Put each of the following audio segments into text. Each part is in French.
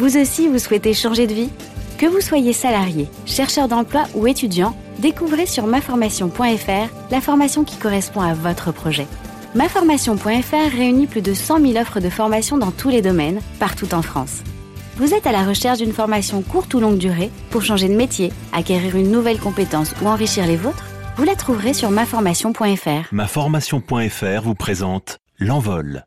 Vous aussi, vous souhaitez changer de vie ? Que vous soyez salarié, chercheur d'emploi ou étudiant, découvrez sur maformation.fr la formation qui correspond à votre projet. Maformation.fr réunit plus de 100 000 offres de formation dans tous les domaines, partout en France. Vous êtes à la recherche d'une formation courte ou longue durée pour changer de métier, acquérir une nouvelle compétence ou enrichir les vôtres ? Vous la trouverez sur maformation.fr. Maformation.fr vous présente L'Envol.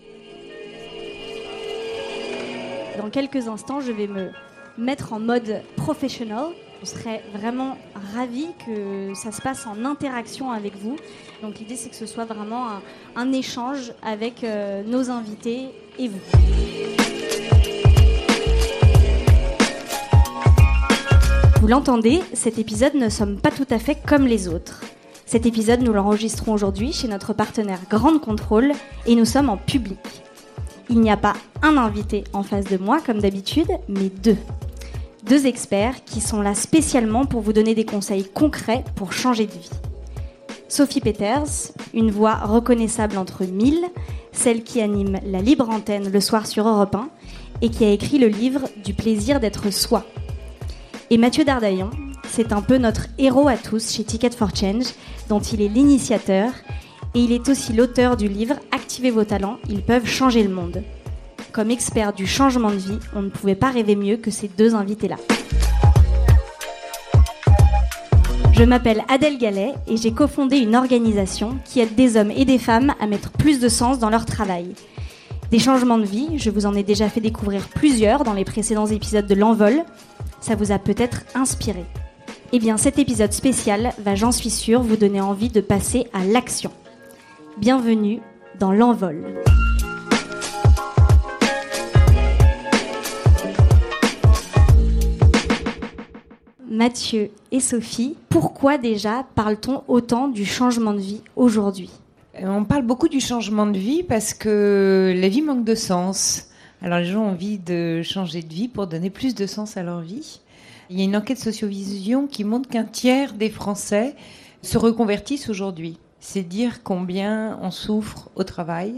Dans quelques instants, je vais me mettre en mode professionnel. Je serais vraiment ravie que ça se passe en interaction avec vous. Donc l'idée, c'est que ce soit vraiment un échange avec nos invités et vous. Vous l'entendez, cet épisode ne sommes pas tout à fait comme les autres. Cet épisode, nous l'enregistrons aujourd'hui chez notre partenaire Grande Contrôle et nous sommes en public. Il n'y a pas un invité en face de moi, comme d'habitude, mais deux. Deux experts qui sont là spécialement pour vous donner des conseils concrets pour changer de vie. Sophie Peters, une voix reconnaissable entre mille, celle qui anime la libre antenne le soir sur Europe 1 et qui a écrit le livre Du plaisir d'être soi. Et Mathieu Dardaillon, c'est un peu notre héros à tous chez Ticket for Change, dont il est l'initiateur. Et il est aussi l'auteur du livre « Activez vos talents, ils peuvent changer le monde ». Comme expert du changement de vie, on ne pouvait pas rêver mieux que ces deux invités-là. Je m'appelle Adèle Gallet et j'ai cofondé une organisation qui aide des hommes et des femmes à mettre plus de sens dans leur travail. Des changements de vie, je vous en ai déjà fait découvrir plusieurs dans les précédents épisodes de L'Envol. Ça vous a peut-être inspiré. Eh bien, cet épisode spécial va, j'en suis sûre, vous donner envie de passer à l'action. Bienvenue dans L'Envol. Mathieu et Sophie, pourquoi déjà parle-t-on autant du changement de vie aujourd'hui ? On parle beaucoup du changement de vie parce que la vie manque de sens. Alors les gens ont envie de changer de vie pour donner plus de sens à leur vie. Il y a une enquête Sociovision qui montre qu'un tiers des Français se reconvertissent aujourd'hui. C'est dire combien on souffre au travail,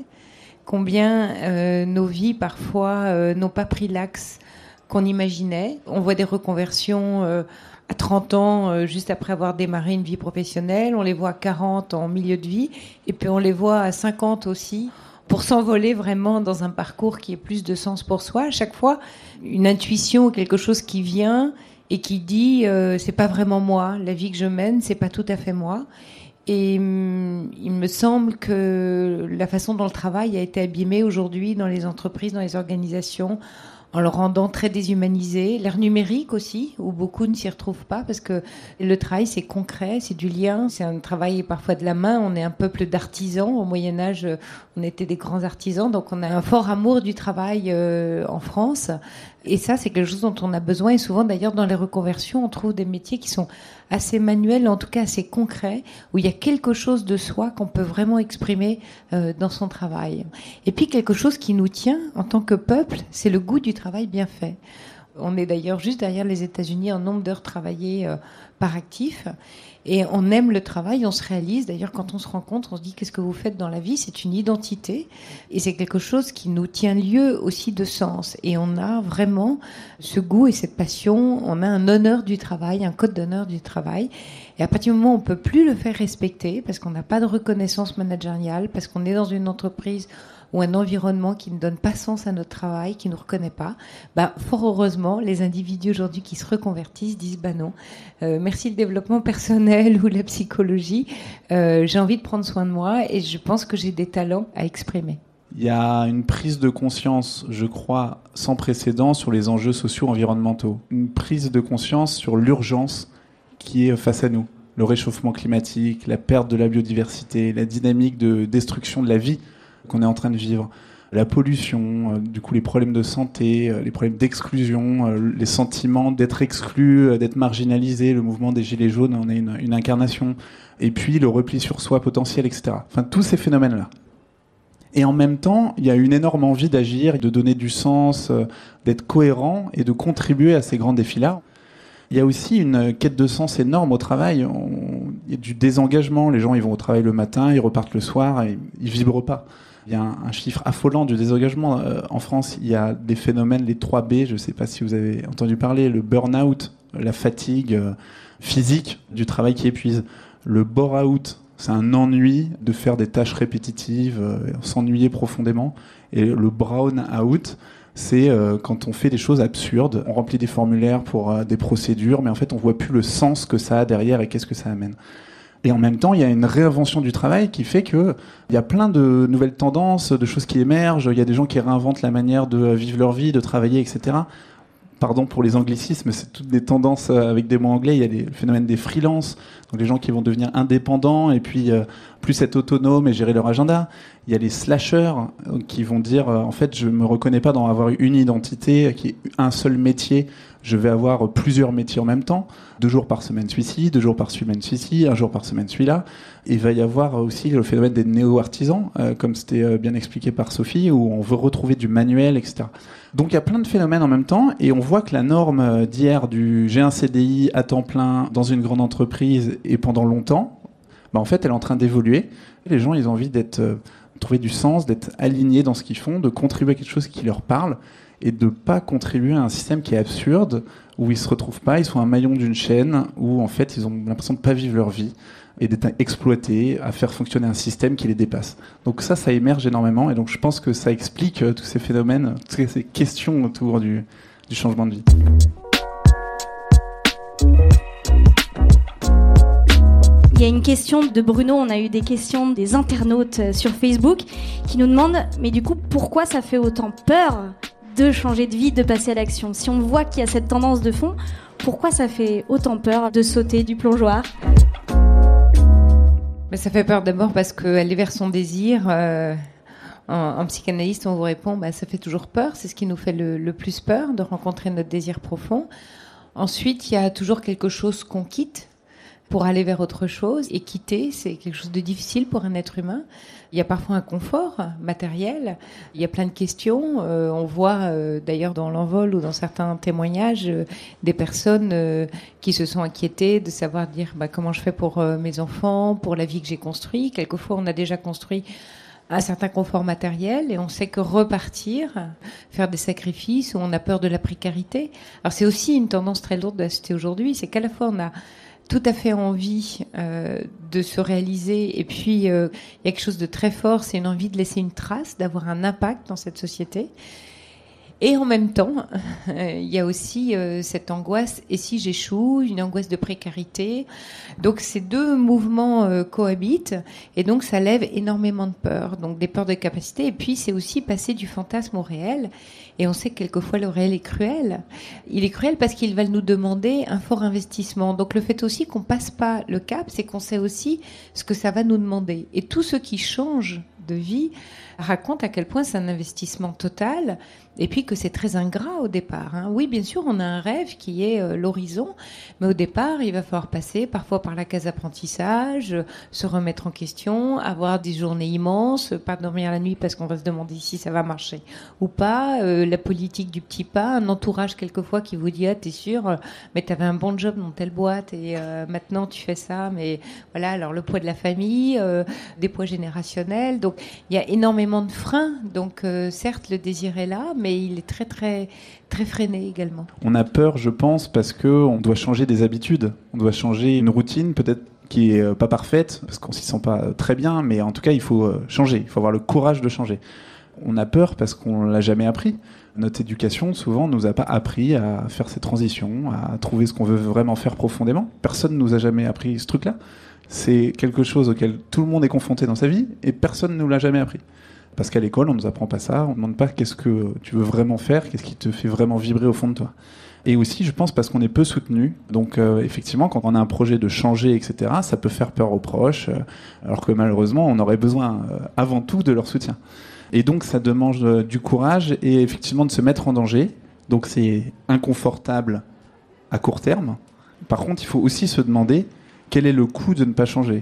combien nos vies parfois n'ont pas pris l'axe qu'on imaginait. On voit des reconversions à 30 ans, juste après avoir démarré une vie professionnelle. On les voit à 40 en milieu de vie. Et puis on les voit à 50 aussi, pour s'envoler vraiment dans un parcours qui ait plus de sens pour soi. À chaque fois, une intuition ou quelque chose qui vient et qui dit c'est pas vraiment moi, la vie que je mène, c'est pas tout à fait moi. Et il me semble que la façon dont le travail a été abîmé aujourd'hui dans les entreprises, dans les organisations, en le rendant très déshumanisé. L'ère numérique aussi, où beaucoup ne s'y retrouvent pas, parce que le travail, c'est concret, c'est du lien, c'est un travail parfois de la main. On est un peuple d'artisans. Au Moyen-Âge, on était des grands artisans, donc on a un fort amour du travail en France. Et ça, c'est quelque chose dont on a besoin. Et souvent, d'ailleurs, dans les reconversions, on trouve des métiers qui sont assez manuels, en tout cas assez concrets, où il y a quelque chose de soi qu'on peut vraiment exprimer dans son travail. Et puis, quelque chose qui nous tient en tant que peuple, c'est le goût du travail bien fait. On est d'ailleurs juste derrière les États-Unis en nombre d'heures travaillées par actif. Et on aime le travail, on se réalise. D'ailleurs, quand on se rencontre, on se dit qu'est-ce que vous faites dans la vie ? C'est une identité et c'est quelque chose qui nous tient lieu aussi de sens. Et on a vraiment ce goût et cette passion. On a un honneur du travail, un code d'honneur du travail. Et à partir du moment où on peut plus le faire respecter, parce qu'on n'a pas de reconnaissance managériale, parce qu'on est dans une entreprise ou un environnement qui ne donne pas sens à notre travail, qui ne nous reconnaît pas, fort heureusement, les individus aujourd'hui qui se reconvertissent disent non, merci le développement personnel ou la psychologie, j'ai envie de prendre soin de moi et je pense que j'ai des talents à exprimer. Il y a une prise de conscience, je crois, sans précédent sur les enjeux sociaux environnementaux. Une prise de conscience sur l'urgence qui est face à nous. Le réchauffement climatique, la perte de la biodiversité, la dynamique de destruction de la vie qu'on est en train de vivre, la pollution, du coup les problèmes de santé, les problèmes d'exclusion, les sentiments d'être exclu, d'être marginalisé, le mouvement des Gilets jaunes en est une incarnation, et puis le repli sur soi potentiel, etc. Enfin, tous ces phénomènes-là. Et en même temps, il y a une énorme envie d'agir, de donner du sens, d'être cohérent et de contribuer à ces grands défis-là. Il y a aussi une quête de sens énorme au travail. Il y a du désengagement. Les gens, ils vont au travail le matin, ils repartent le soir et ils vibrent pas. Il y a un chiffre affolant du désengagement. En France, il y a des phénomènes, les 3B, je ne sais pas si vous avez entendu parler, le burn-out, la fatigue physique du travail qui épuise. Le bore-out, c'est un ennui de faire des tâches répétitives, s'ennuyer profondément. Et le brown-out, c'est quand on fait des choses absurdes. On remplit des formulaires pour des procédures, mais en fait, on ne voit plus le sens que ça a derrière et qu'est-ce que ça amène. Et en même temps, il y a une réinvention du travail qui fait qu'il y a plein de nouvelles tendances, de choses qui émergent. Il y a des gens qui réinventent la manière de vivre leur vie, de travailler, etc. Pardon pour les anglicismes, c'est toutes des tendances avec des mots anglais. Il y a le phénomène des freelances, donc les gens qui vont devenir indépendants et puis plus être autonomes et gérer leur agenda. Il y a les slashers qui vont dire en fait, je me reconnais pas dans avoir une identité qui est un seul métier. Je vais avoir plusieurs métiers en même temps. 2 jours par semaine celui-ci, 2 jours par semaine celui-ci, 1 jour par semaine celui-là. Et il va y avoir aussi le phénomène des néo-artisans, comme c'était bien expliqué par Sophie, où on veut retrouver du manuel, etc. Donc il y a plein de phénomènes en même temps, et on voit que la norme d'hier du j'ai un CDI à temps plein dans une grande entreprise et pendant longtemps, en fait, elle est en train d'évoluer. Les gens, ils ont envie trouver du sens, d'être alignés dans ce qu'ils font, de contribuer à quelque chose qui leur parle, et de ne pas contribuer à un système qui est absurde, où ils ne se retrouvent pas, ils sont un maillon d'une chaîne, où en fait ils ont l'impression de ne pas vivre leur vie, et d'être exploités, à faire fonctionner un système qui les dépasse. Donc ça émerge énormément, et donc je pense que ça explique tous ces phénomènes, toutes ces questions autour du changement de vie. Il y a une question de Bruno, on a eu des questions des internautes sur Facebook qui nous demandent, mais du coup, pourquoi ça fait autant peur de changer de vie, de passer à l'action? Si on voit qu'il y a cette tendance de fond, pourquoi ça fait autant peur de sauter du plongeoir? Mais ça fait peur d'abord parce qu'aller vers son désir, en psychanalyste, on vous répond, ça fait toujours peur, c'est ce qui nous fait le plus peur, de rencontrer notre désir profond. Ensuite, il y a toujours quelque chose qu'on quitte pour aller vers autre chose, et quitter, c'est quelque chose de difficile pour un être humain. Il y a parfois un confort matériel, il y a plein de questions. On voit d'ailleurs dans l'envol ou dans certains témoignages des personnes qui se sont inquiétées de savoir dire comment je fais pour mes enfants, pour la vie que j'ai construite. Quelquefois, on a déjà construit un certain confort matériel et on sait que repartir, faire des sacrifices, où on a peur de la précarité. Alors c'est aussi une tendance très lourde de la société aujourd'hui, c'est qu'à la fois on a tout à fait envie de se réaliser, et puis il y a quelque chose de très fort, c'est une envie de laisser une trace, d'avoir un impact dans cette société. Et en même temps, il y a aussi cette angoisse, et si j'échoue, une angoisse de précarité. Donc ces deux mouvements cohabitent, et donc ça lève énormément de peurs, donc des peurs de capacité, et puis c'est aussi passer du fantasme au réel. Et on sait que quelquefois le réel est cruel. Il est cruel parce qu'il va nous demander un fort investissement. Donc le fait aussi qu'on passe pas le cap, c'est qu'on sait aussi ce que ça va nous demander. Et tous ceux qui changent de vie racontent à quel point c'est un investissement total, et puis que c'est très ingrat au départ. Oui, bien sûr, on a un rêve qui est l'horizon, mais au départ, il va falloir passer parfois par la case apprentissage, se remettre en question, avoir des journées immenses, pas dormir la nuit parce qu'on va se demander si ça va marcher ou pas, la politique du petit pas, un entourage quelquefois qui vous dit « Ah, t'es sûr, mais t'avais un bon job dans telle boîte et maintenant tu fais ça », mais voilà, alors le poids de la famille, des poids générationnels, donc il y a énormément de freins, donc certes le désir est là, mais il est très très très freiné également. On a peur, je pense, parce qu'on doit changer des habitudes, on doit changer une routine peut-être qui est pas parfaite, parce qu'on s'y sent pas très bien, mais en tout cas il faut changer, il faut avoir le courage de changer. On a peur parce qu'on l'a jamais appris. Notre éducation, souvent, nous a pas appris à faire ces transitions, à trouver ce qu'on veut vraiment faire profondément. Personne nous a jamais appris ce truc-là. C'est quelque chose auquel tout le monde est confronté dans sa vie et personne ne nous l'a jamais appris. Parce qu'à l'école, on nous apprend pas ça, on ne demande pas qu'est-ce que tu veux vraiment faire, qu'est-ce qui te fait vraiment vibrer au fond de toi. Et aussi, je pense, parce qu'on est peu soutenu. Donc, effectivement, quand on a un projet de changer, etc., ça peut faire peur aux proches, alors que malheureusement, on aurait besoin avant tout de leur soutien. Et donc, ça demande du courage et effectivement de se mettre en danger. Donc, c'est inconfortable à court terme. Par contre, il faut aussi se demander quel est le coût de ne pas changer.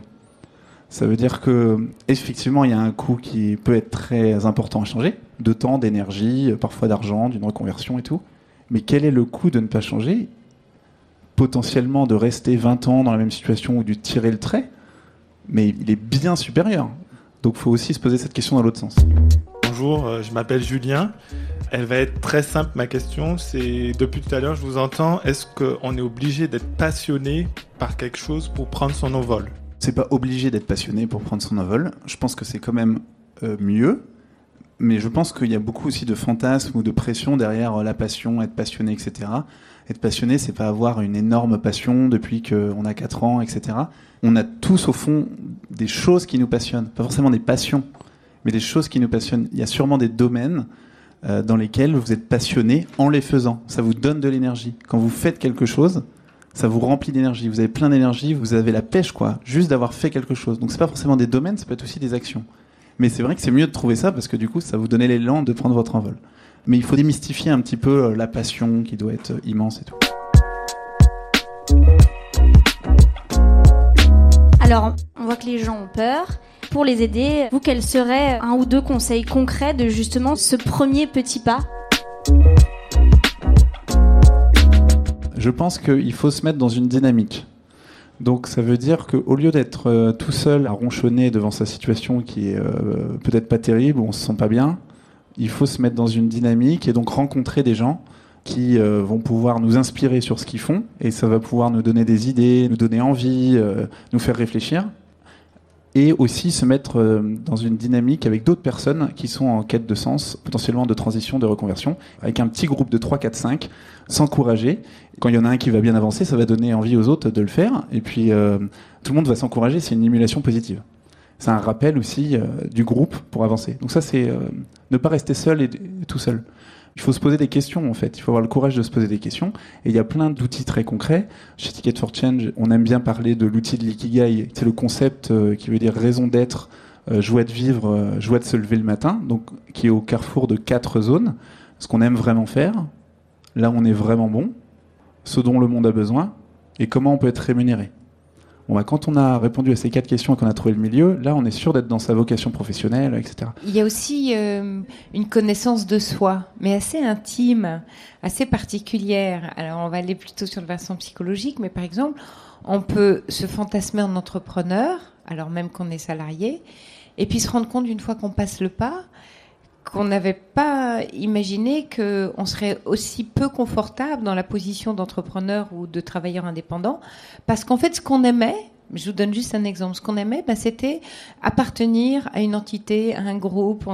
Ça veut dire que, effectivement, il y a un coût qui peut être très important à changer, de temps, d'énergie, parfois d'argent, d'une reconversion et tout. Mais quel est le coût de ne pas changer? Potentiellement de rester 20 ans dans la même situation ou de tirer le trait, mais il est bien supérieur. Donc il faut aussi se poser cette question dans l'autre sens. Bonjour, je m'appelle Julien. Elle va être très simple, ma question. C'est, depuis tout à l'heure, je vous entends, est-ce qu'on est obligé d'être passionné par quelque chose pour prendre son envol ? C'est pas obligé d'être passionné pour prendre son envol. Je pense que c'est quand même mieux. Mais je pense qu'il y a beaucoup aussi de fantasmes ou de pression derrière la passion, être passionné, etc. Être passionné, c'est pas avoir une énorme passion depuis qu'on a 4 ans, etc. On a tous, au fond, des choses qui nous passionnent. Pas forcément des passions, mais des choses qui nous passionnent. Il y a sûrement des domaines dans lesquels vous êtes passionné en les faisant. Ça vous donne de l'énergie. Quand vous faites quelque chose, ça vous remplit d'énergie. Vous avez plein d'énergie, vous avez la pêche, quoi, juste d'avoir fait quelque chose. Donc c'est pas forcément des domaines, ça peut être aussi des actions. Mais c'est vrai que c'est mieux de trouver ça parce que du coup, ça vous donnait l'élan de prendre votre envol. Mais il faut démystifier un petit peu la passion qui doit être immense et tout. Alors, on voit que les gens ont peur. Pour les aider, vous, quels seraient 1 ou 2 conseils concrets de justement ce premier petit pas ? Je pense qu'il faut se mettre dans une dynamique. Donc ça veut dire qu'au lieu d'être tout seul à ronchonner devant sa situation qui est peut-être pas terrible, où on se sent pas bien, il faut se mettre dans une dynamique et donc rencontrer des gens qui vont pouvoir nous inspirer sur ce qu'ils font, et ça va pouvoir nous donner des idées, nous donner envie, nous faire réfléchir. Et aussi se mettre dans une dynamique avec d'autres personnes qui sont en quête de sens, potentiellement de transition, de reconversion, avec un petit groupe de 3, 4, 5, s'encourager. Quand il y en a un qui va bien avancer, ça va donner envie aux autres de le faire. Et puis, tout le monde va s'encourager, c'est une émulation positive. C'est un rappel aussi du groupe pour avancer. Donc ça, c'est ne pas rester seul et tout seul. Il faut se poser des questions, en fait. Il faut avoir le courage de se poser des questions. Et il y a plein d'outils très concrets. Chez Ticket for Change, on aime bien parler de l'outil de l'ikigai. C'est le concept qui veut dire raison d'être, joie de vivre, joie de se lever le matin, donc qui est au carrefour de 4 zones. Ce qu'on aime vraiment faire, là où on est vraiment bon, ce dont le monde a besoin, et comment on peut être rémunéré. Bon, quand on a répondu à ces 4 questions et qu'on a trouvé le milieu, là, on est sûr d'être dans sa vocation professionnelle, etc. Il y a aussi une connaissance de soi, mais assez intime, assez particulière. Alors, on va aller plutôt sur le versant psychologique, mais par exemple, on peut se fantasmer en entrepreneur, alors même qu'on est salarié, et puis se rendre compte, une fois qu'on passe le pas, qu'on n'avait pas imaginé qu'on serait aussi peu confortable dans la position d'entrepreneur ou de travailleur indépendant, parce qu'en fait, ce qu'on aimait, je vous donne juste un exemple, ce qu'on aimait, c'était appartenir à une entité, à un groupe,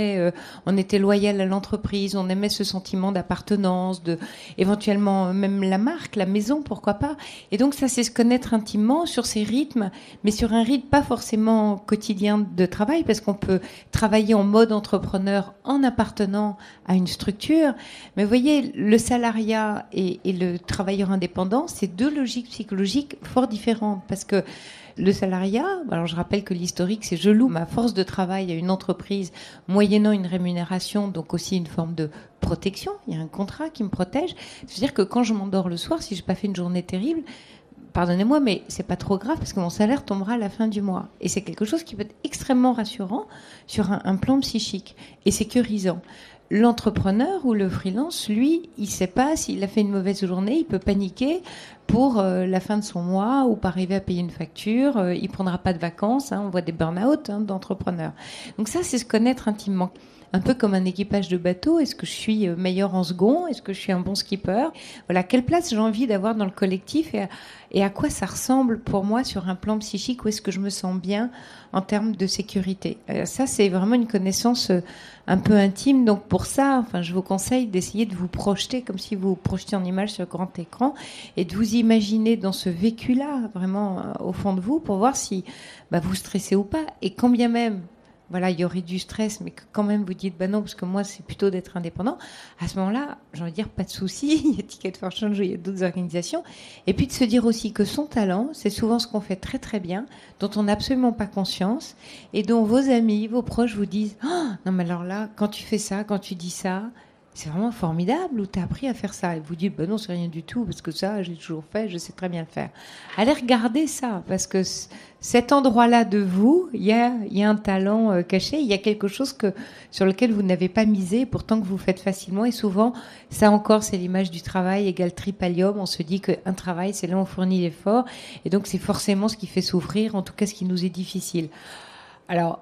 on était loyal à l'entreprise, on aimait ce sentiment d'appartenance, éventuellement même la marque, la maison, pourquoi pas. Et donc ça, c'est se connaître intimement sur ces rythmes, mais sur un rythme pas forcément quotidien de travail, parce qu'on peut travailler en mode entrepreneur en appartenant à une structure. Mais vous voyez, le salariat et le travailleur indépendant, c'est 2 logiques psychologiques fort différentes, parce que le salariat, alors je rappelle que l'historique, c'est je loue ma force de travail à une entreprise moyennant une rémunération, donc aussi une forme de protection. Il y a un contrat qui me protège. C'est-à-dire que quand je m'endors le soir, si j'ai pas fait une journée terrible, pardonnez-moi, mais c'est pas trop grave parce que mon salaire tombera à la fin du mois. Et c'est quelque chose qui peut être extrêmement rassurant sur un plan psychique et sécurisant. L'entrepreneur ou le freelance, lui, il ne sait pas s'il a fait une mauvaise journée, il peut paniquer pour la fin de son mois ou pas arriver à payer une facture, il ne prendra pas de vacances, on voit des burn-out d'entrepreneurs. Donc ça, c'est se connaître intimement. Un peu comme un équipage de bateau, est-ce que je suis meilleur en second ? Est-ce que je suis un bon skipper ? Voilà, quelle place j'ai envie d'avoir dans le collectif et à quoi ça ressemble pour moi sur un plan psychique, où est-ce que je me sens bien en termes de sécurité. Ça, c'est vraiment une connaissance un peu intime. Donc pour ça, je vous conseille d'essayer de vous projeter comme si vous vous projetiez en image sur grand écran et de vous imaginer dans ce vécu-là, vraiment au fond de vous, pour voir si vous stressez ou pas. Et quand bien même, voilà, il y aurait du stress, mais que quand même vous dites, non, parce que moi, c'est plutôt d'être indépendant. À ce moment-là, j'ai envie de dire, pas de souci. Il y a Ticket for Change, il y a d'autres organisations. Et puis de se dire aussi que son talent, c'est souvent ce qu'on fait très très bien, dont on n'a absolument pas conscience, et dont vos amis, vos proches vous disent, non, mais alors là, quand tu fais ça, quand tu dis ça, c'est vraiment formidable, ou t'as appris à faire ça. Et vous dites, non, c'est rien du tout, parce que ça, j'ai toujours fait, je sais très bien le faire. Allez regarder ça, parce que cet endroit-là de vous, il y a un talent caché, il y a quelque chose sur lequel vous n'avez pas misé, pourtant que vous faites facilement. Et souvent, ça encore, c'est l'image du travail égale tripalium. On se dit qu'un travail, c'est là où on fournit l'effort, et donc c'est forcément ce qui fait souffrir, en tout cas ce qui nous est difficile. Alors,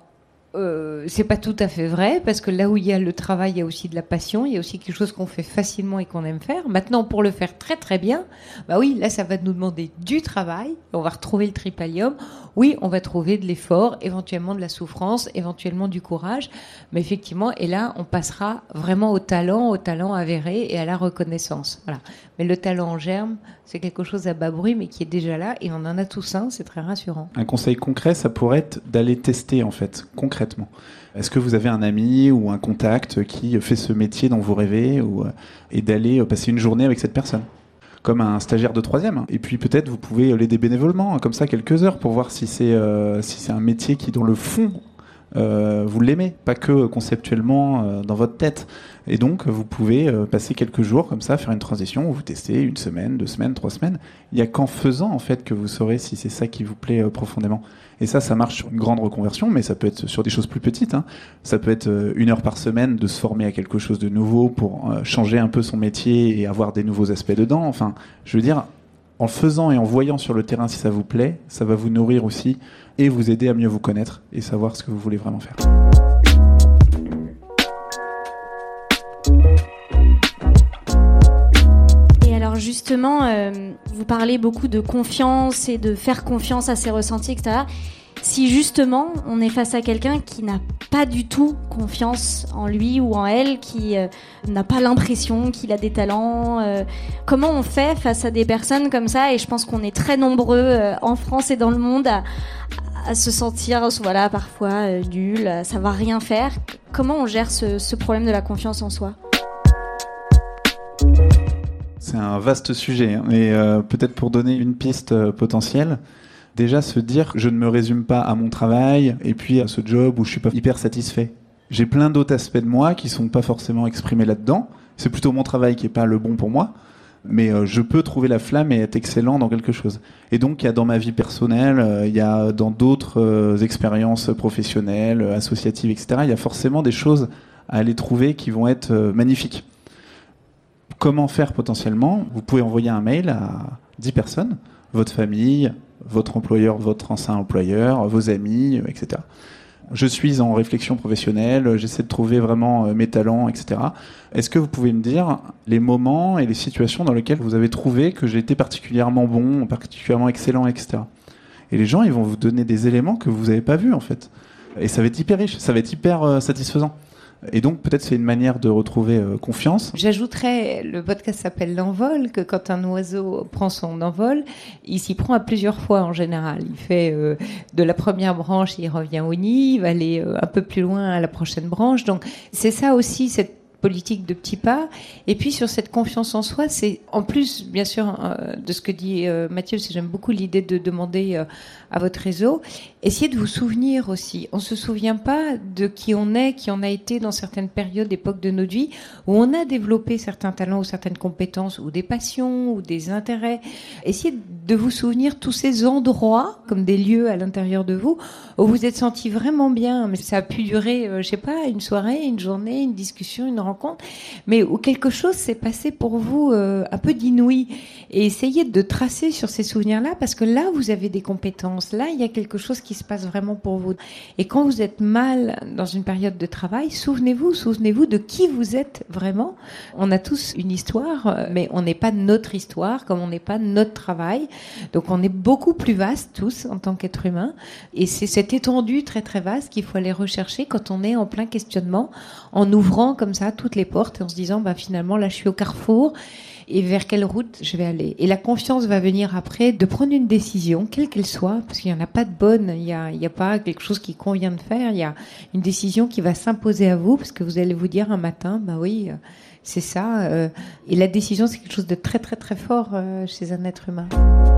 c'est pas tout à fait vrai, parce que là où il y a le travail, il y a aussi de la passion, il y a aussi quelque chose qu'on fait facilement et qu'on aime faire. Maintenant, pour le faire très très bien, bah oui, là ça va nous demander du travail, on va retrouver le tripalium, oui, on va trouver de l'effort, éventuellement de la souffrance, éventuellement du courage, mais effectivement, et là on passera vraiment au talent avéré et à la reconnaissance. Voilà. Mais le talent en germe, c'est quelque chose à bas bruit, mais qui est déjà là, et on en a tous un, c'est très rassurant. Un conseil concret, ça pourrait être d'aller tester, en fait, concrètement. Est-ce que vous avez un ami ou un contact qui fait ce métier dont vous rêvez, et d'aller passer une journée avec cette personne, comme un stagiaire de 3e. Et puis peut-être vous pouvez l'aider bénévolement, comme ça, quelques heures, pour voir si c'est un métier qui, dans le fond, vous l'aimez, pas que conceptuellement dans votre tête. Et donc vous pouvez passer quelques jours comme ça, faire une transition où vous testez 1 semaine, 2 semaines, 3 semaines. Il n'y a qu'en faisant en fait que vous saurez si c'est ça qui vous plaît profondément. Et ça marche sur une grande reconversion, mais ça peut être sur des choses plus petites, hein. Ça peut être 1 heure par semaine de se former à quelque chose de nouveau pour changer un peu son métier et avoir des nouveaux aspects dedans. Enfin, je veux dire, en faisant et en voyant sur le terrain si ça vous plaît, ça va vous nourrir aussi et vous aider à mieux vous connaître et savoir ce que vous voulez vraiment faire. Et alors justement, vous parlez beaucoup de confiance et de faire confiance à ses ressentis, etc. Si justement on est face à quelqu'un qui n'a pas du tout confiance en lui ou en elle, qui n'a pas l'impression qu'il a des talents, comment on fait face à des personnes comme ça? Et je pense qu'on est très nombreux en France et dans le monde à se sentir voilà, parfois nul, à savoir rien faire. Comment on gère ce problème de la confiance en soi? C'est un vaste sujet, hein, et peut-être pour donner une piste potentielle, déjà se dire que je ne me résume pas à mon travail et puis à ce job où je suis pas hyper satisfait. J'ai plein d'autres aspects de moi qui sont pas forcément exprimés là-dedans. C'est plutôt mon travail qui est pas le bon pour moi, mais je peux trouver la flamme et être excellent dans quelque chose. Et donc il y a dans ma vie personnelle, il y a dans d'autres expériences professionnelles, associatives, etc. Il y a forcément des choses à aller trouver qui vont être magnifiques. Comment faire potentiellement? Vous pouvez envoyer un mail à 10 personnes, votre famille, votre employeur, votre ancien employeur, vos amis, etc. Je suis en réflexion professionnelle, j'essaie de trouver vraiment mes talents, etc. Est-ce que vous pouvez me dire les moments et les situations dans lesquelles vous avez trouvé que j'ai été particulièrement bon, particulièrement excellent, etc. Et les gens, ils vont vous donner des éléments que vous n'avez pas vus, en fait. Et ça va être hyper riche, ça va être hyper satisfaisant. Et donc, peut-être c'est une manière de retrouver confiance. J'ajouterais, le podcast s'appelle L'Envol, que quand un oiseau prend son envol, il s'y prend à plusieurs fois en général. Il fait de la première branche, il revient au nid, il va aller un peu plus loin à la prochaine branche. Donc, c'est ça aussi, cette politique de petits pas. Et puis sur cette confiance en soi, c'est en plus bien sûr de ce que dit Mathieu, c'est j'aime beaucoup l'idée de demander à votre réseau, essayez de vous souvenir aussi. On se souvient pas de qui on est, qui on a été dans certaines périodes, époques de notre vie où on a développé certains talents ou certaines compétences ou des passions ou des intérêts. Essayez de vous souvenir tous ces endroits comme des lieux à l'intérieur de vous où vous êtes senti vraiment bien, mais ça a pu durer je sais pas, une soirée, une journée, une discussion, une rencontre, mais où quelque chose s'est passé pour vous un peu d'inouï. Et essayez de tracer sur ces souvenirs-là, parce que là, vous avez des compétences. Là, il y a quelque chose qui se passe vraiment pour vous. Et quand vous êtes mal dans une période de travail, souvenez-vous de qui vous êtes vraiment. On a tous une histoire, mais on n'est pas notre histoire, comme on n'est pas notre travail. Donc, on est beaucoup plus vaste, tous, en tant qu'être humain. Et c'est cette étendue très, très vaste qu'il faut aller rechercher quand on est en plein questionnement, en ouvrant comme ça toutes les portes et en se disant, finalement, là, je suis au carrefour. Et vers quelle route je vais aller. Et la confiance va venir après de prendre une décision, quelle qu'elle soit, parce qu'il n'y en a pas de bonne, il y a pas quelque chose qui convient de faire, il y a une décision qui va s'imposer à vous, parce que vous allez vous dire un matin, oui, c'est ça. Et la décision, c'est quelque chose de très, très, très fort chez un être humain.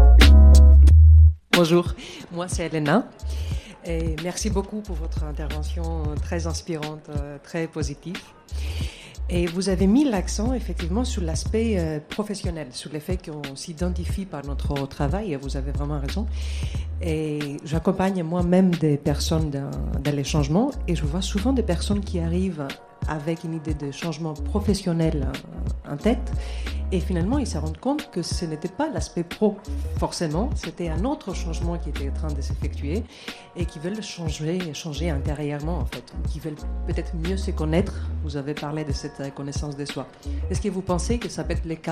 Bonjour, moi c'est Elena. Et merci beaucoup pour votre intervention très inspirante, très positive. Et vous avez mis l'accent effectivement sur l'aspect professionnel, sur le fait qu'on s'identifie par notre travail, et vous avez vraiment raison. Et j'accompagne moi-même des personnes dans les changements, et je vois souvent des personnes qui arrivent avec une idée de changement professionnel en tête. Et finalement, ils se rendent compte que ce n'était pas l'aspect pro, forcément. C'était un autre changement qui était en train de s'effectuer et qui veulent changer intérieurement, en fait. Qui veulent peut-être mieux se connaître. Vous avez parlé de cette connaissance de soi. Est-ce que vous pensez que ça peut être le cas ?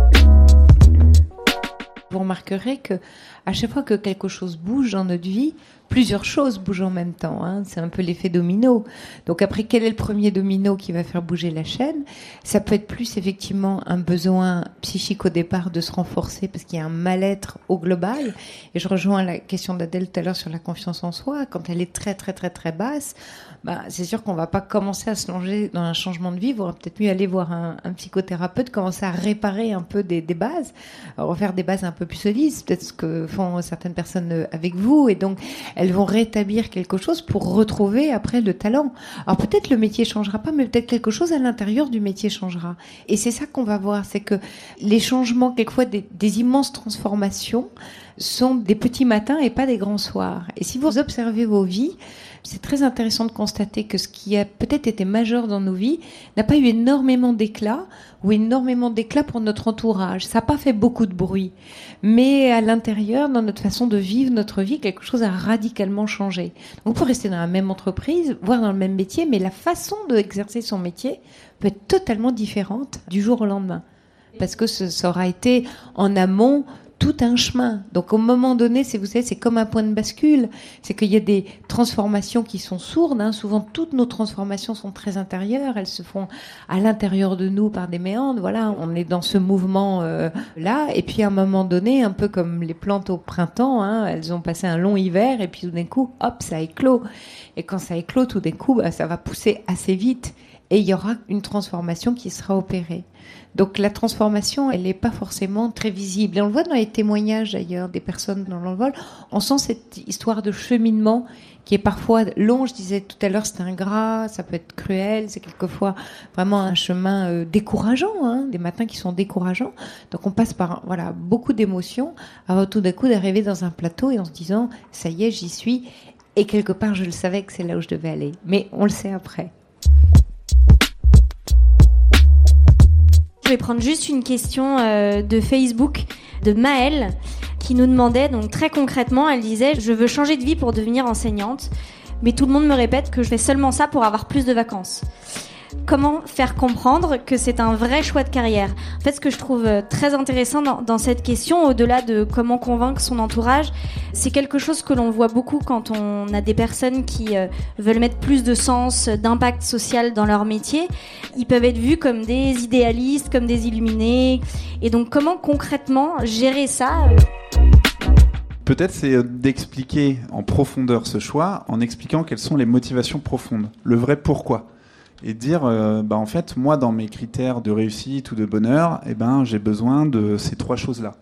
Vous remarquerez que à chaque fois que quelque chose bouge dans notre vie, plusieurs choses bougent en même temps. C'est un peu l'effet domino. Donc après, quel est le premier domino qui va faire bouger la chaîne ? Ça peut être plus effectivement un besoin psychique au départ de se renforcer parce qu'il y a un mal-être au global. Et je rejoins la question d'Adèle tout à l'heure sur la confiance en soi. Quand elle est très très très très basse, c'est sûr qu'on va pas commencer à se longer dans un changement de vie. Il vaudra peut-être mieux aller voir un psychothérapeute, commencer à réparer un peu des bases, refaire des bases un peu plus solides. C'est peut-être ce que font certaines personnes avec vous. Et donc, elles vont rétablir quelque chose pour retrouver après le talent. Alors peut-être le métier changera pas, mais peut-être quelque chose à l'intérieur du métier changera. Et c'est ça qu'on va voir, c'est que les changements, quelquefois des immenses transformations, sont des petits matins et pas des grands soirs. Et si vous observez vos vies, c'est très intéressant de constater que ce qui a peut-être été majeur dans nos vies n'a pas eu énormément d'éclat ou énormément d'éclat pour notre entourage. Ça n'a pas fait beaucoup de bruit. Mais à l'intérieur, dans notre façon de vivre notre vie, quelque chose a radicalement changé. Donc, on peut rester dans la même entreprise, voire dans le même métier, mais la façon d'exercer son métier peut être totalement différente du jour au lendemain. Parce que ça aura été en amont tout un chemin. Donc au moment donné, vous savez, c'est comme un point de bascule. C'est qu'il y a des transformations qui sont sourdes. Souvent, toutes nos transformations sont très intérieures. Elles se font à l'intérieur de nous par des méandres. Voilà, on est dans ce mouvement-là. Et puis à un moment donné, un peu comme les plantes au printemps, elles ont passé un long hiver et puis tout d'un coup, hop, ça éclot. Et quand ça éclot, tout d'un coup, ça va pousser assez vite. Et il y aura une transformation qui sera opérée. Donc la transformation, elle n'est pas forcément très visible. Et on le voit dans les témoignages d'ailleurs des personnes dans l'envol. On sent cette histoire de cheminement qui est parfois long. Je disais tout à l'heure, c'est ingrat, ça peut être cruel, c'est quelquefois vraiment un chemin décourageant, des matins qui sont décourageants. Donc on passe par beaucoup d'émotions avant tout d'un coup d'arriver dans un plateau et en se disant « ça y est, j'y suis ». Et quelque part, je le savais que c'est là où je devais aller. Mais on le sait après. Je vais prendre juste une question de Facebook de Maëlle qui nous demandait, donc très concrètement, elle disait « Je veux changer de vie pour devenir enseignante, mais tout le monde me répète que je fais seulement ça pour avoir plus de vacances. » Comment faire comprendre que c'est un vrai choix de carrière ? En fait, ce que je trouve très intéressant dans cette question, au-delà de comment convaincre son entourage, c'est quelque chose que l'on voit beaucoup quand on a des personnes qui veulent mettre plus de sens, d'impact social dans leur métier. Ils peuvent être vus comme des idéalistes, comme des illuminés. Et donc, comment concrètement gérer ça ? Peut-être c'est d'expliquer en profondeur ce choix en expliquant quelles sont les motivations profondes, le vrai pourquoi. Et dire, en fait, moi, dans mes critères de réussite ou de bonheur, j'ai besoin de ces 3 choses-là,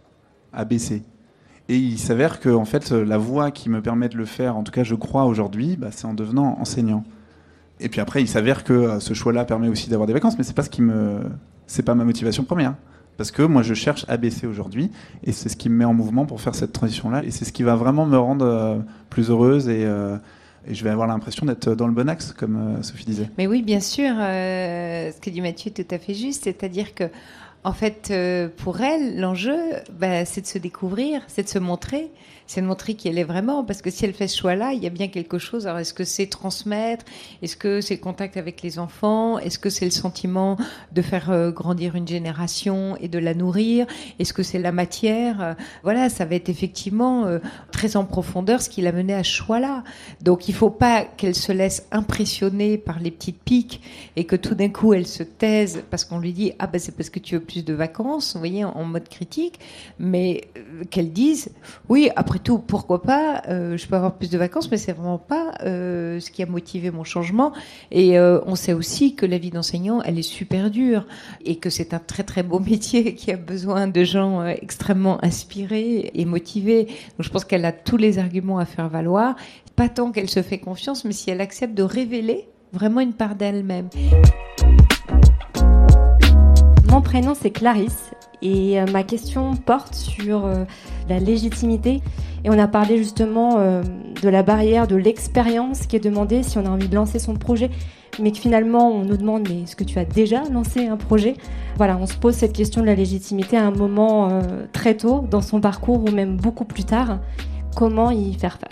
ABC. Et il s'avère que, en fait, la voie qui me permet de le faire, en tout cas, je crois aujourd'hui, c'est en devenant enseignant. Et puis après, il s'avère que ce choix-là permet aussi d'avoir des vacances, mais c'est pas ma motivation première. Parce que moi, je cherche ABC aujourd'hui, et c'est ce qui me met en mouvement pour faire cette transition-là, et c'est ce qui va vraiment me rendre plus heureuse et je vais avoir l'impression d'être dans le bon axe, comme Sophie disait. Mais oui, bien sûr, ce que dit Mathieu est tout à fait juste, c'est-à-dire que, en fait, pour elle, l'enjeu, c'est de se découvrir, c'est de se montrer, c'est de montrer qui elle est vraiment, parce que si elle fait ce choix-là, il y a bien quelque chose. Alors, est-ce que c'est transmettre ? Est-ce que c'est le contact avec les enfants ? Est-ce que c'est le sentiment de faire grandir une génération et de la nourrir ? Est-ce que c'est la matière ? Voilà, ça va être effectivement très en profondeur ce qui l'a menée à ce choix-là. Donc, il ne faut pas qu'elle se laisse impressionner par les petites piques et que tout d'un coup, elle se taise parce qu'on lui dit « Ah c'est parce que tu veux plus de vacances », vous voyez, en mode critique, mais qu'elle dise « Oui, après tout, pourquoi pas, je peux avoir plus de vacances, mais c'est vraiment pas ce qui a motivé mon changement. » Et on sait aussi que la vie d'enseignant, elle est super dure et que c'est un très très beau métier qui a besoin de gens extrêmement inspirés et motivés. Donc je pense qu'elle a tous les arguments à faire valoir. Pas tant qu'elle se fait confiance, mais si elle accepte de révéler vraiment une part d'elle-même. Mon prénom c'est Clarisse Et ma question porte sur la légitimité. Et on a parlé justement de la barrière de l'expérience qui est demandée si on a envie de lancer son projet, mais que finalement on nous demande mais est-ce que tu as déjà lancé un projet ? Voilà, on se pose cette question de la légitimité à un moment très tôt dans son parcours ou même beaucoup plus tard. Comment y faire face ?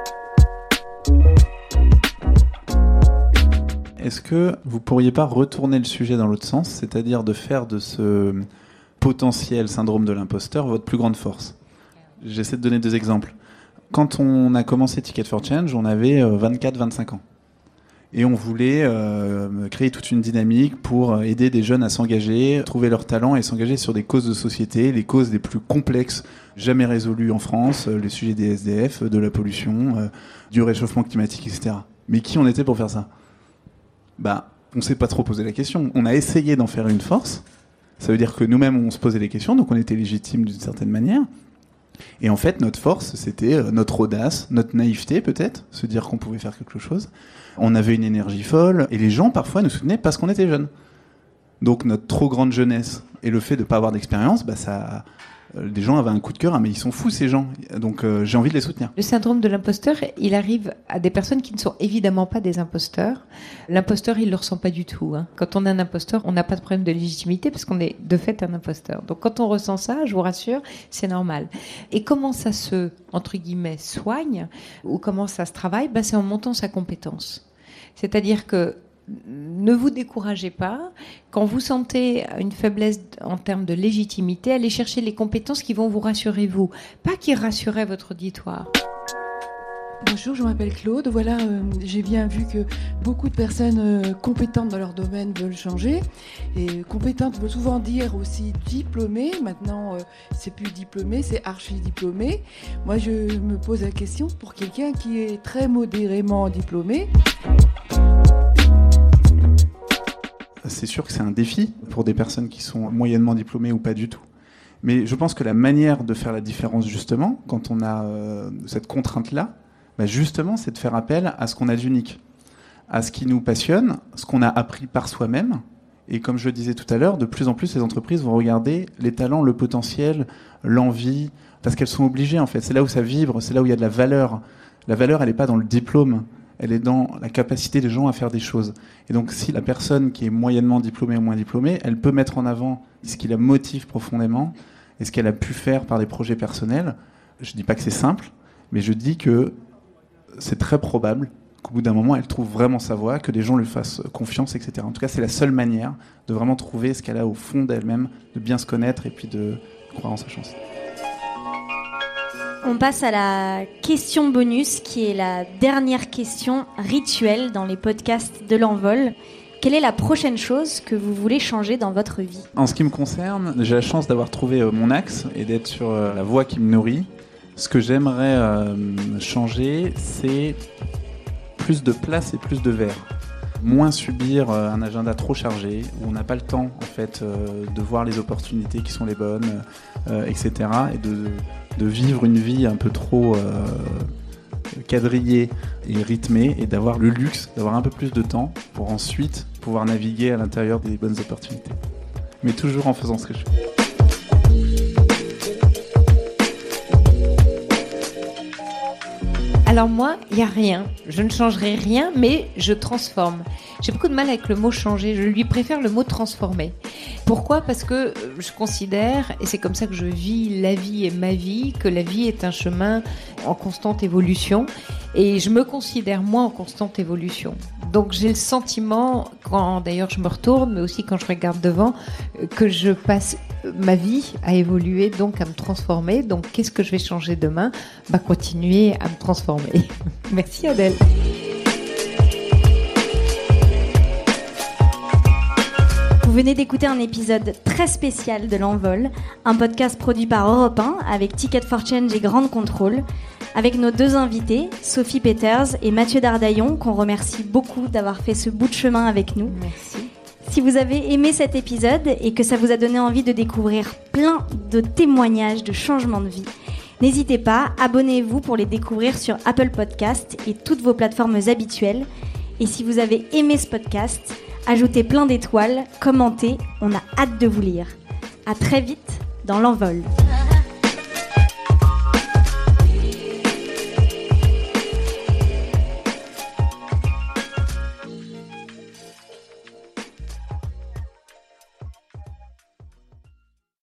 Est-ce que vous pourriez pas retourner le sujet dans l'autre sens, c'est-à-dire de faire de ce potentiel syndrome de l'imposteur votre plus grande force ? J'essaie de donner 2 exemples. Quand on a commencé Ticket for Change, on avait 24-25 ans. Et on voulait créer toute une dynamique pour aider des jeunes à s'engager, trouver leur talent et s'engager sur des causes de société, les causes les plus complexes jamais résolues en France, les sujets des SDF, de la pollution, du réchauffement climatique, etc. Mais qui on était pour faire ça ? On ne s'est pas trop posé la question. On a essayé d'en faire une force. Ça veut dire que nous-mêmes, on se posait les questions, donc on était légitimes d'une certaine manière. Et en fait, notre force, c'était notre audace, notre naïveté peut-être, se dire qu'on pouvait faire quelque chose. On avait une énergie folle, et les gens parfois nous soutenaient parce qu'on était jeunes. Donc notre trop grande jeunesse et le fait de ne pas avoir d'expérience, des gens avaient un coup de cœur, mais ils sont fous ces gens, donc j'ai envie de les soutenir. Le syndrome de l'imposteur, il arrive à des personnes qui ne sont évidemment pas des imposteurs. L'imposteur, il ne le ressent pas du tout. Quand on est un imposteur, on n'a pas de problème de légitimité parce qu'on est de fait un imposteur. Donc quand on ressent ça, je vous rassure, c'est normal. Et comment ça se, entre guillemets, soigne ou comment ça se travaille ? C'est en montant sa compétence. C'est-à-dire que ne vous découragez pas. Quand vous sentez une faiblesse en termes de légitimité, allez chercher les compétences qui vont vous rassurer vous, pas qui rassuraient votre auditoire. Bonjour, je m'appelle Claude. Voilà, j'ai bien vu que beaucoup de personnes compétentes dans leur domaine veulent changer. Et compétentes veut souvent dire aussi diplômées. Maintenant, c'est plus diplômé, c'est archi-diplômé. Moi, je me pose la question pour quelqu'un qui est très modérément diplômé. C'est sûr que c'est un défi pour des personnes qui sont moyennement diplômées ou pas du tout. Mais je pense que la manière de faire la différence, justement, quand on a cette contrainte-là, justement, c'est de faire appel à ce qu'on a d'unique, à ce qui nous passionne, ce qu'on a appris par soi-même. Et comme je le disais tout à l'heure, de plus en plus, les entreprises vont regarder les talents, le potentiel, l'envie, parce qu'elles sont obligées, en fait. C'est là où ça vibre, c'est là où il y a de la valeur. La valeur, elle n'est pas dans le diplôme. Elle est dans la capacité des gens à faire des choses. Et donc, si la personne qui est moyennement diplômée ou moins diplômée, elle peut mettre en avant ce qui la motive profondément et ce qu'elle a pu faire par des projets personnels, je ne dis pas que c'est simple, mais je dis que c'est très probable qu'au bout d'un moment, elle trouve vraiment sa voie, que les gens lui fassent confiance, etc. En tout cas, c'est la seule manière de vraiment trouver ce qu'elle a au fond d'elle-même, de bien se connaître et puis de croire en sa chance. On passe à la question bonus, qui est la dernière question rituelle dans les podcasts de l'Envol. Quelle est la prochaine chose que vous voulez changer dans votre vie ? En ce qui me concerne, j'ai la chance d'avoir trouvé mon axe et d'être sur la voie qui me nourrit. Ce que j'aimerais changer, c'est plus de place et plus de verre. Moins subir un agenda trop chargé, où on n'a pas le temps en fait, de voir les opportunités qui sont les bonnes, etc. Et de vivre une vie un peu trop quadrillée et rythmée, et d'avoir le luxe d'avoir un peu plus de temps pour ensuite pouvoir naviguer à l'intérieur des bonnes opportunités. Mais toujours en faisant ce que je fais. Alors moi, il n'y a rien. Je ne changerai rien, mais je transforme. J'ai beaucoup de mal avec le mot changer. Je lui préfère le mot transformer. Pourquoi ? Parce que je considère, et c'est comme ça que je vis la vie et ma vie, que la vie est un chemin en constante évolution. Et je me considère moi en constante évolution. Donc j'ai le sentiment, quand d'ailleurs je me retourne, mais aussi quand je regarde devant, que je passe ma vie à évoluer, donc à me transformer. Donc qu'est-ce que je vais changer demain ? Continuer à me transformer. Merci Adèle. Vous venez d'écouter un épisode très spécial de l'Envol, un podcast produit par Europe 1 avec Ticket for Change et Grande Contrôle, avec nos 2 invités, Sophie Peters et Mathieu Dardaillon, qu'on remercie beaucoup d'avoir fait ce bout de chemin avec nous. Merci. Si vous avez aimé cet épisode et que ça vous a donné envie de découvrir plein de témoignages de changements de vie, n'hésitez pas, abonnez-vous pour les découvrir sur Apple Podcasts et toutes vos plateformes habituelles. Et si vous avez aimé ce podcast, ajoutez plein d'étoiles, commentez, on a hâte de vous lire. À très vite dans l'envol.